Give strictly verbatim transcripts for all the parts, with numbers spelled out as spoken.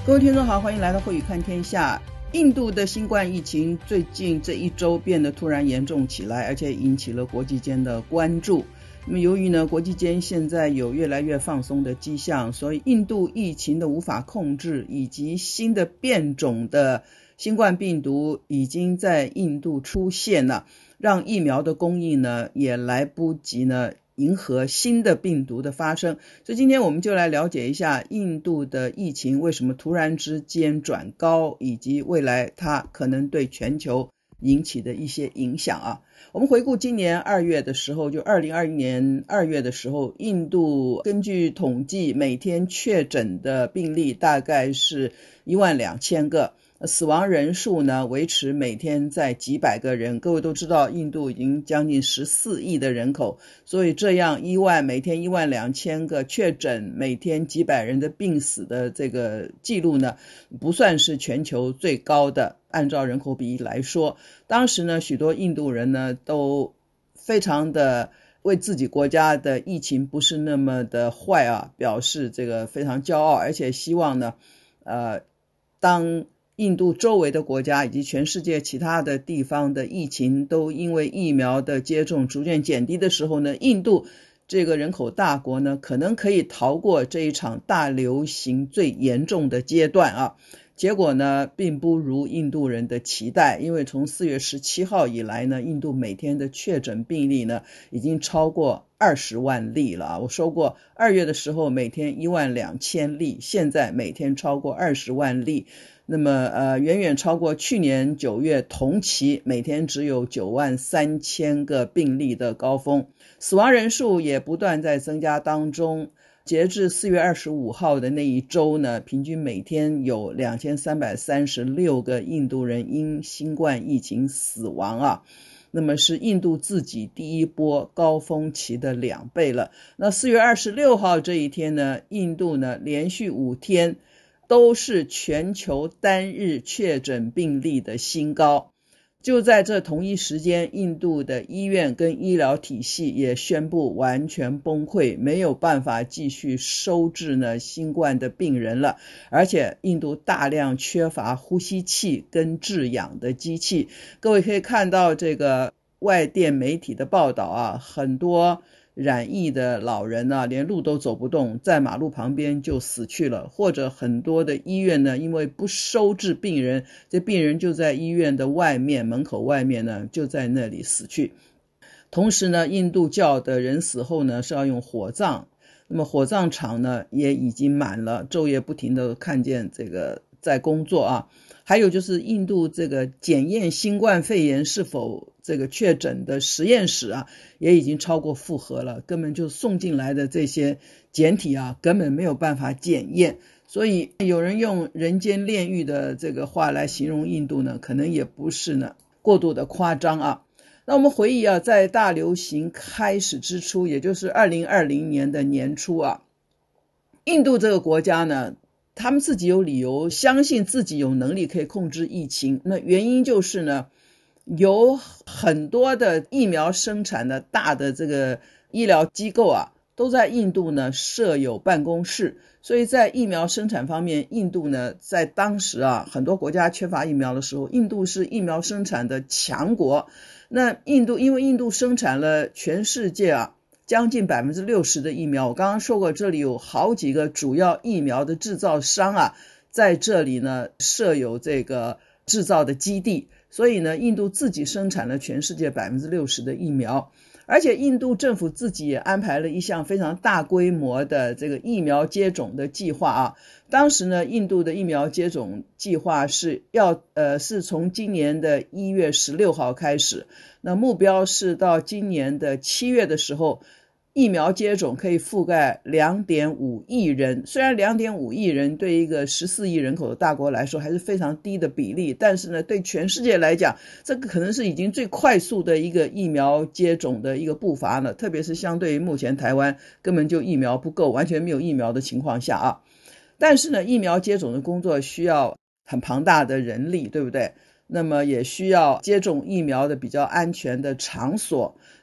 各位听众好，欢迎来到慧宇看天下。印度的新冠疫情最近这一周变得突然严重起来，而且引起了国际间的关注。那么由于呢，国际间现在有越来越放松的迹象，所以印度疫情的无法控制以及新的变种的新冠病毒已经在印度出现了，让疫苗的供应呢也来不及呢迎合新的病毒的发生。所以今天我们就来了解一下印度的疫情为什么突然之间转高，以及未来它可能对全球引起的一些影响啊。我们回顾今年二月的时候，就二零二一年二月的时候，印度根据统计每天确诊的病例大概是一万两千个，死亡人数呢维持每天在几百个人。各位都知道印度已经将近十四亿的人口，所以这样一万每天一万两千个确诊，每天几百人的病死的这个记录呢不算是全球最高的，按照人口比例来说。当时呢许多印度人呢都非常的为自己国家的疫情不是那么的坏啊表示这个非常骄傲，而且希望呢呃当印度周围的国家以及全世界其他的地方的疫情都因为疫苗的接种逐渐减低的时候呢，印度这个人口大国呢可能可以逃过这一场大流行最严重的阶段啊。结果呢并不如印度人的期待，因为从四月十七号以来呢，印度每天的确诊病例呢已经超过二十万例了。我说过二月的时候每天一万两千例，现在每天超过二十万例，那么呃远远超过去年九月同期每天只有九万三千个病例的高峰。死亡人数也不断在增加当中，截至四月二十五号的那一周呢，平均每天有两千三百三十六个印度人因新冠疫情死亡啊，那么是印度自己第一波高峰期的两倍了。那四月二十六号这一天呢，印度呢连续五天都是全球单日确诊病例的新高。就在这同一时间，印度的医院跟医疗体系也宣布完全崩溃，没有办法继续收治呢新冠的病人了，而且印度大量缺乏呼吸器跟制氧的机器。各位可以看到这个外电媒体的报道啊，很多染疫的老人啊连路都走不动，在马路旁边就死去了，或者很多的医院呢因为不收治病人，这病人就在医院的外面门口外面呢就在那里死去。同时呢印度教的人死后呢是要用火葬，那么火葬场呢也已经满了，昼夜不停的看见这个在工作啊。还有就是印度这个检验新冠肺炎是否这个确诊的实验室啊也已经超过负荷了，根本就送进来的这些检体啊根本没有办法检验。所以有人用人间炼狱的这个话来形容印度呢，可能也不是呢过度的夸张啊。那我们回忆啊，在大流行开始之初，也就是二零二零年的年初啊，印度这个国家呢他们自己有理由相信自己有能力可以控制疫情，那原因就是呢有很多的疫苗生产的大的这个医疗机构啊都在印度呢设有办公室，所以在疫苗生产方面，印度呢在当时啊很多国家缺乏疫苗的时候，印度是疫苗生产的强国。那印度因为印度生产了全世界啊将近 百分之六十 的疫苗，我刚刚说过这里有好几个主要疫苗的制造商啊在这里呢设有这个制造的基地，所以呢印度自己生产了全世界 百分之六十 的疫苗。而且印度政府自己也安排了一项非常大规模的这个疫苗接种的计划啊。当时呢印度的疫苗接种计划是要呃是从今年的一月十六号开始，那目标是到今年的七月的时候，疫苗接种可以覆盖 两点五亿人。虽然 两点五亿人对一个十四亿人口的大国来说还是非常低的比例，但是呢对全世界来讲，这个可能是已经最快速的一个疫苗接种的一个步伐了，特别是相对于目前台湾根本就疫苗不够，完全没有疫苗的情况下啊。但是呢疫苗接种的工作需要很庞大的人力，对不对？那么也需要接种疫苗的比较安全的场所，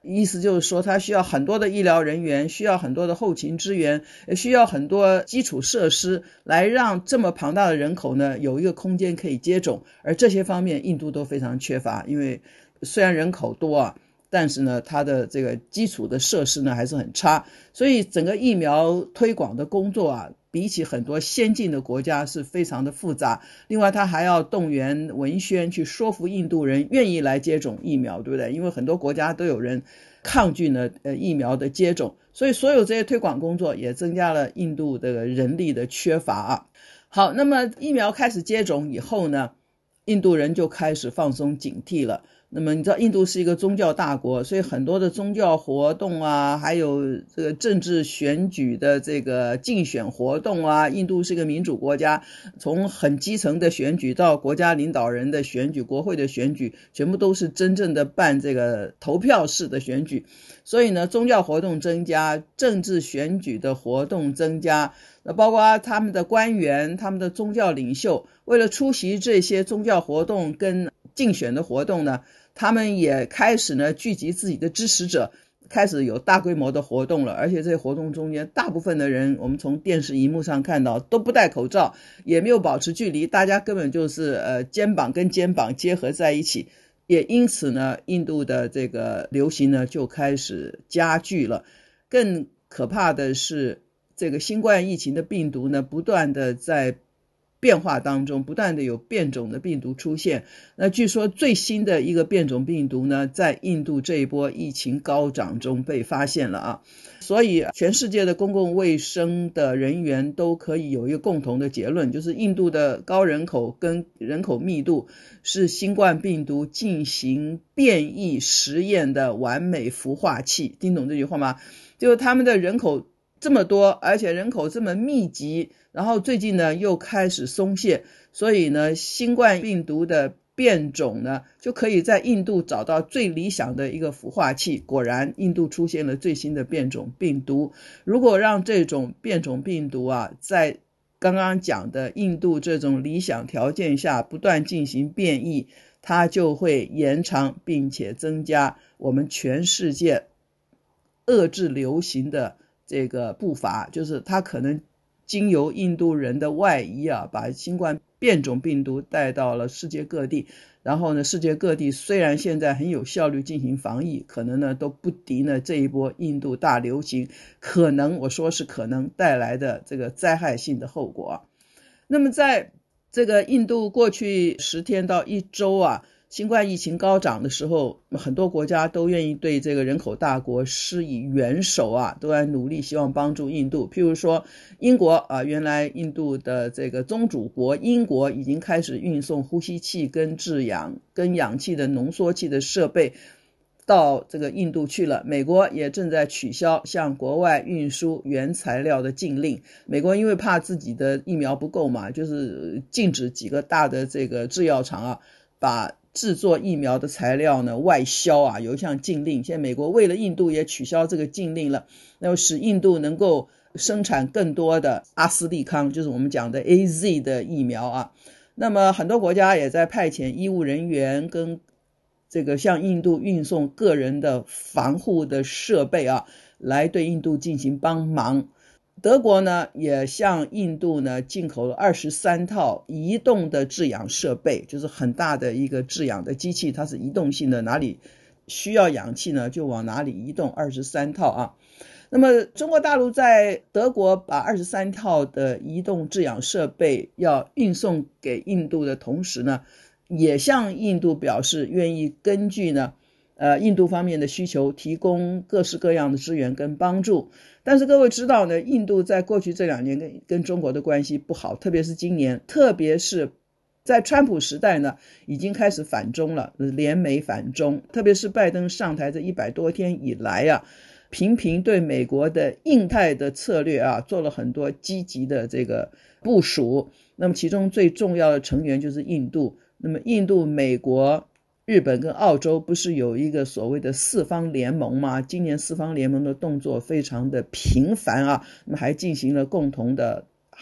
意思就是说它需要很多的医疗人员，需要很多的后勤支援，需要很多基础设施来让这么庞大的人口呢有一个空间可以接种，而这些方面印度都非常缺乏，因为虽然人口多啊，但是呢它的这个基础的设施呢还是很差，所以整个疫苗推广的工作啊比起很多先进的国家是非常的复杂，另外他还要动员文宣去说服印度人愿意来接种疫苗，对不对？因为很多国家都有人抗拒呢呃疫苗的接种，所以所有这些推广工作也增加了印度的人力的缺乏啊。好，那么疫苗开始接种以后呢，印度人就开始放松警惕了。那么你知道印度是一个宗教大国，所以很多的宗教活动啊，还有这个政治选举的这个竞选活动啊，印度是一个民主国家，从很基层的选举到国家领导人的选举，国会的选举，全部都是真正的办这个投票式的选举。所以呢，宗教活动增加，政治选举的活动增加，那包括他们的官员，他们的宗教领袖，为了出席这些宗教活动跟竞选的活动呢，他们也开始呢聚集自己的支持者，开始有大规模的活动了。而且这些活动中间大部分的人，我们从电视荧幕上看到都不戴口罩，也没有保持距离，大家根本就是呃肩膀跟肩膀结合在一起，也因此呢印度的这个流行呢就开始加剧了。更可怕的是这个新冠疫情的病毒呢不断的在变化当中，不断的有变种的病毒出现。那据说最新的一个变种病毒呢在印度这一波疫情高涨中被发现了啊。所以全世界的公共卫生的人员都可以有一个共同的结论，就是印度的高人口跟人口密度是新冠病毒进行变异实验的完美孵化器。听懂这句话吗？就是他们的人口这么多，而且人口这么密集，然后最近呢又开始松懈，所以呢新冠病毒的变种呢就可以在印度找到最理想的一个孵化器。果然印度出现了最新的变种病毒。如果让这种变种病毒啊在刚刚讲的印度这种理想条件下不断进行变异，它就会延长并且增加我们全世界遏制流行的这个步伐，就是它可能经由印度人的外移啊，把新冠变种病毒带到了世界各地。然后呢，世界各地虽然现在很有效率进行防疫，可能呢都不敌呢这一波印度大流行可能，我说是可能带来的这个灾害性的后果啊。那么在这个印度过去十天到一周啊，新冠疫情高涨的时候，很多国家都愿意对这个人口大国施以援手啊，都在努力希望帮助印度。譬如说英国啊，原来印度的这个宗主国英国已经开始运送呼吸器跟制氧跟氧气的浓缩器的设备到这个印度去了。美国也正在取消向国外运输原材料的禁令。美国因为怕自己的疫苗不够嘛，就是禁止几个大的这个制药厂啊把制作疫苗的材料呢外销啊，有一项禁令。现在美国为了印度也取消这个禁令了，那么使印度能够生产更多的阿斯利康，就是我们讲的 A Z 的疫苗啊。那么很多国家也在派遣医务人员跟这个向印度运送个人的防护的设备啊，来对印度进行帮忙。德国呢也向印度呢进口了二十三套移动的制氧设备，就是很大的一个制氧的机器，它是移动性的，哪里需要氧气呢就往哪里移动，二十三套啊。那么中国大陆在德国把二十三套的移动制氧设备要运送给印度的同时呢，也向印度表示愿意根据呢呃印度方面的需求提供各式各样的支援跟帮助。但是各位知道呢，印度在过去这两年跟跟中国的关系不好，特别是今年，特别是在川普时代呢已经开始反中了，联美反中。特别是拜登上台这一百多天以来啊，频频对美国的印太的策略啊做了很多积极的这个部署。那么其中最重要的成员就是印度。那么印度、美国、日本跟澳洲不是有一个所谓的四方联盟吗？今年四方联盟的动作非常的频繁啊，那么还进行了共同的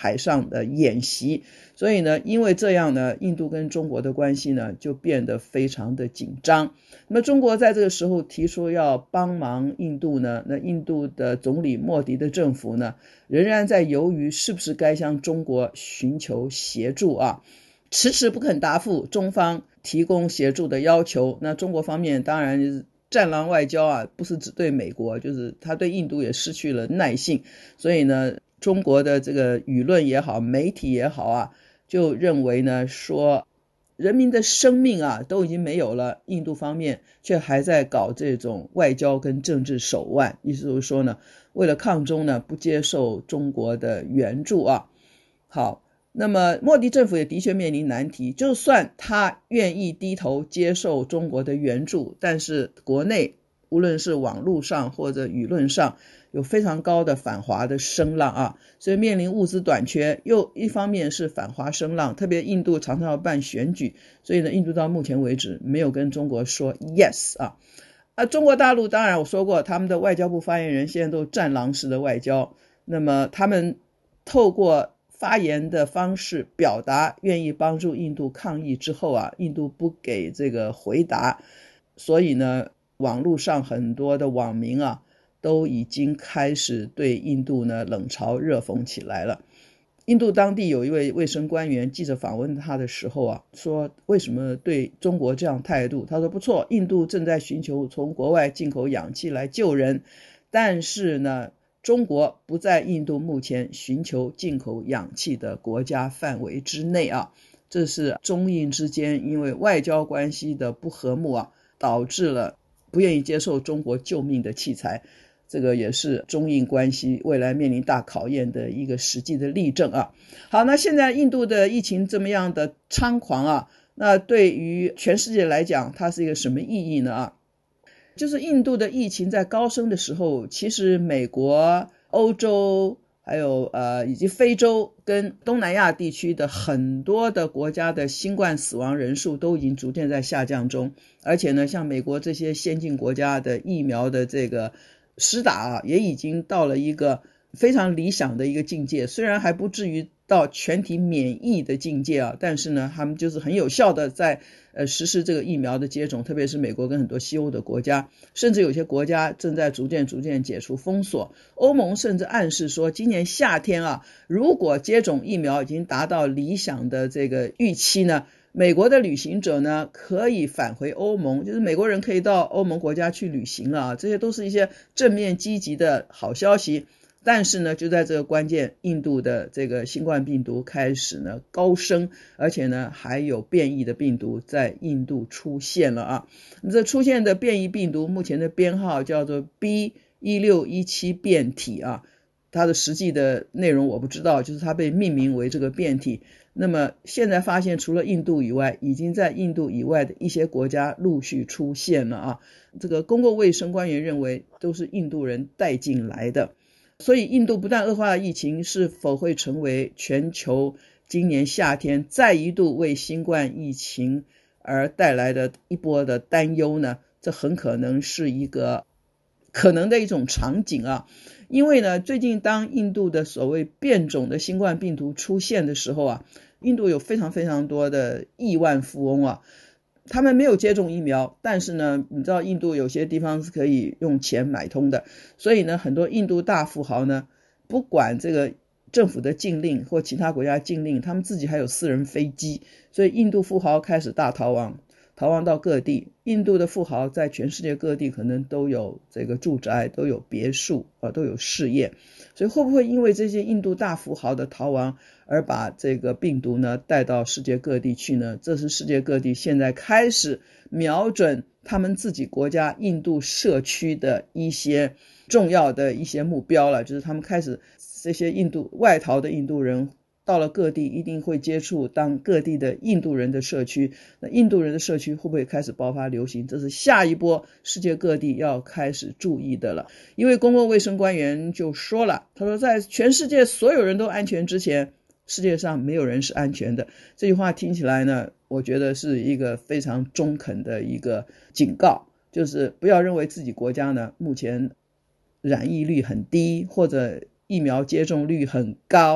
海上的演习，所以呢，因为这样呢，印度跟中国的关系呢就变得非常的紧张。那么中国在这个时候提出要帮忙印度呢，那印度的总理莫迪的政府呢，仍然在犹豫是不是该向中国寻求协助啊，迟迟不肯答复中方提供协助的要求。那中国方面当然战狼外交啊，不是只对美国，就是他对印度也失去了耐性，所以呢，中国的这个舆论也好，媒体也好啊，就认为呢说人民的生命啊都已经没有了，印度方面却还在搞这种外交跟政治手腕，意思就是说呢，为了抗中呢不接受中国的援助啊。好，那么莫迪政府也的确面临难题，就算他愿意低头接受中国的援助，但是国内无论是网络上或者舆论上有非常高的反华的声浪啊，所以面临物资短缺，又一方面是反华声浪，特别印度常常要办选举，所以呢，印度到目前为止没有跟中国说 yes 啊。啊，中国大陆当然我说过，他们的外交部发言人现在都战狼式的外交，那么他们透过发言的方式表达愿意帮助印度抗疫之后啊，印度不给这个回答，所以呢，网络上很多的网民啊，都已经开始对印度呢冷嘲热讽起来了。印度当地有一位卫生官员，记者访问他的时候啊，说为什么对中国这样态度？他说不错，印度正在寻求从国外进口氧气来救人，但是呢，中国不在印度目前寻求进口氧气的国家范围之内啊。这是中印之间因为外交关系的不和睦啊，导致了不愿意接受中国救命的器材，这个也是中印关系未来面临大考验的一个实际的例证啊。好，那现在印度的疫情这么样的猖狂啊，那对于全世界来讲，它是一个什么意义呢啊？就是印度的疫情在高升的时候，其实美国、欧洲还有呃以及非洲跟东南亚地区的很多的国家的新冠死亡人数都已经逐渐在下降中，而且呢，像美国这些先进国家的疫苗的这个施打啊，也已经到了一个非常理想的一个境界，虽然还不至于到全体免疫的境界啊，但是呢，他们就是很有效的在呃实施这个疫苗的接种，特别是美国跟很多西欧的国家，甚至有些国家正在逐渐逐渐解除封锁。欧盟甚至暗示说，今年夏天啊，如果接种疫苗已经达到理想的这个预期呢，美国的旅行者呢可以返回欧盟，就是美国人可以到欧盟国家去旅行了啊，这些都是一些正面积极的好消息。但是呢，就在这个关键，印度的这个新冠病毒开始呢高升，而且呢还有变异的病毒在印度出现了啊。这出现的变异病毒目前的编号叫做 B 一六一七 变体啊，它的实际的内容我不知道，就是它被命名为这个变体。那么现在发现除了印度以外，已经在印度以外的一些国家陆续出现了啊。这个公共卫生官员认为都是印度人带进来的。所以印度不断恶化的疫情是否会成为全球今年夏天再一度为新冠疫情而带来的一波的担忧呢？这很可能是一个可能的一种场景啊。因为呢，最近当印度的所谓变种的新冠病毒出现的时候啊，印度有非常非常多的亿万富翁啊，他们没有接种疫苗，但是呢，你知道印度有些地方是可以用钱买通的，所以呢，很多印度大富豪呢，不管这个政府的禁令或其他国家禁令，他们自己还有私人飞机，所以印度富豪开始大逃亡，逃亡到各地。印度的富豪在全世界各地可能都有这个住宅，都有别墅，呃，都有事业。所以会不会因为这些印度大富豪的逃亡而把这个病毒呢带到世界各地去呢？这是世界各地现在开始瞄准他们自己国家印度社区的一些重要的一些目标了，就是他们开始这些印度外逃的印度人到了各地一定会接触当各地的印度人的社区，那印度人的社区会不会开始爆发流行？这是下一波世界各地要开始注意的了。因为公共卫生官员就说了，他说在全世界所有人都安全之前，世界上没有人是安全的。这句话听起来呢，我觉得是一个非常中肯的一个警告，就是不要认为自己国家呢目前染疫率很低，或者疫苗接种率很高，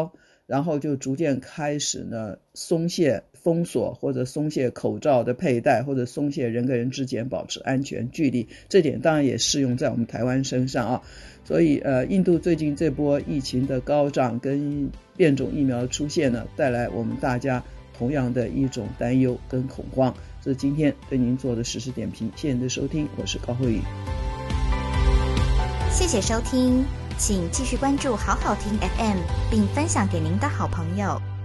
然后就逐渐开始呢松懈封锁或者松懈口罩的佩戴，或者松懈人跟人之间保持安全距离，这点当然也适用在我们台湾身上啊。所以呃，印度最近这波疫情的高涨跟变种疫苗的出现呢，带来我们大家同样的一种担忧跟恐慌。这是今天对您做的时事点评，谢谢您的收听，我是高慧宇。 谢谢收听，请继续关注好好听 F M， 并分享给您的好朋友。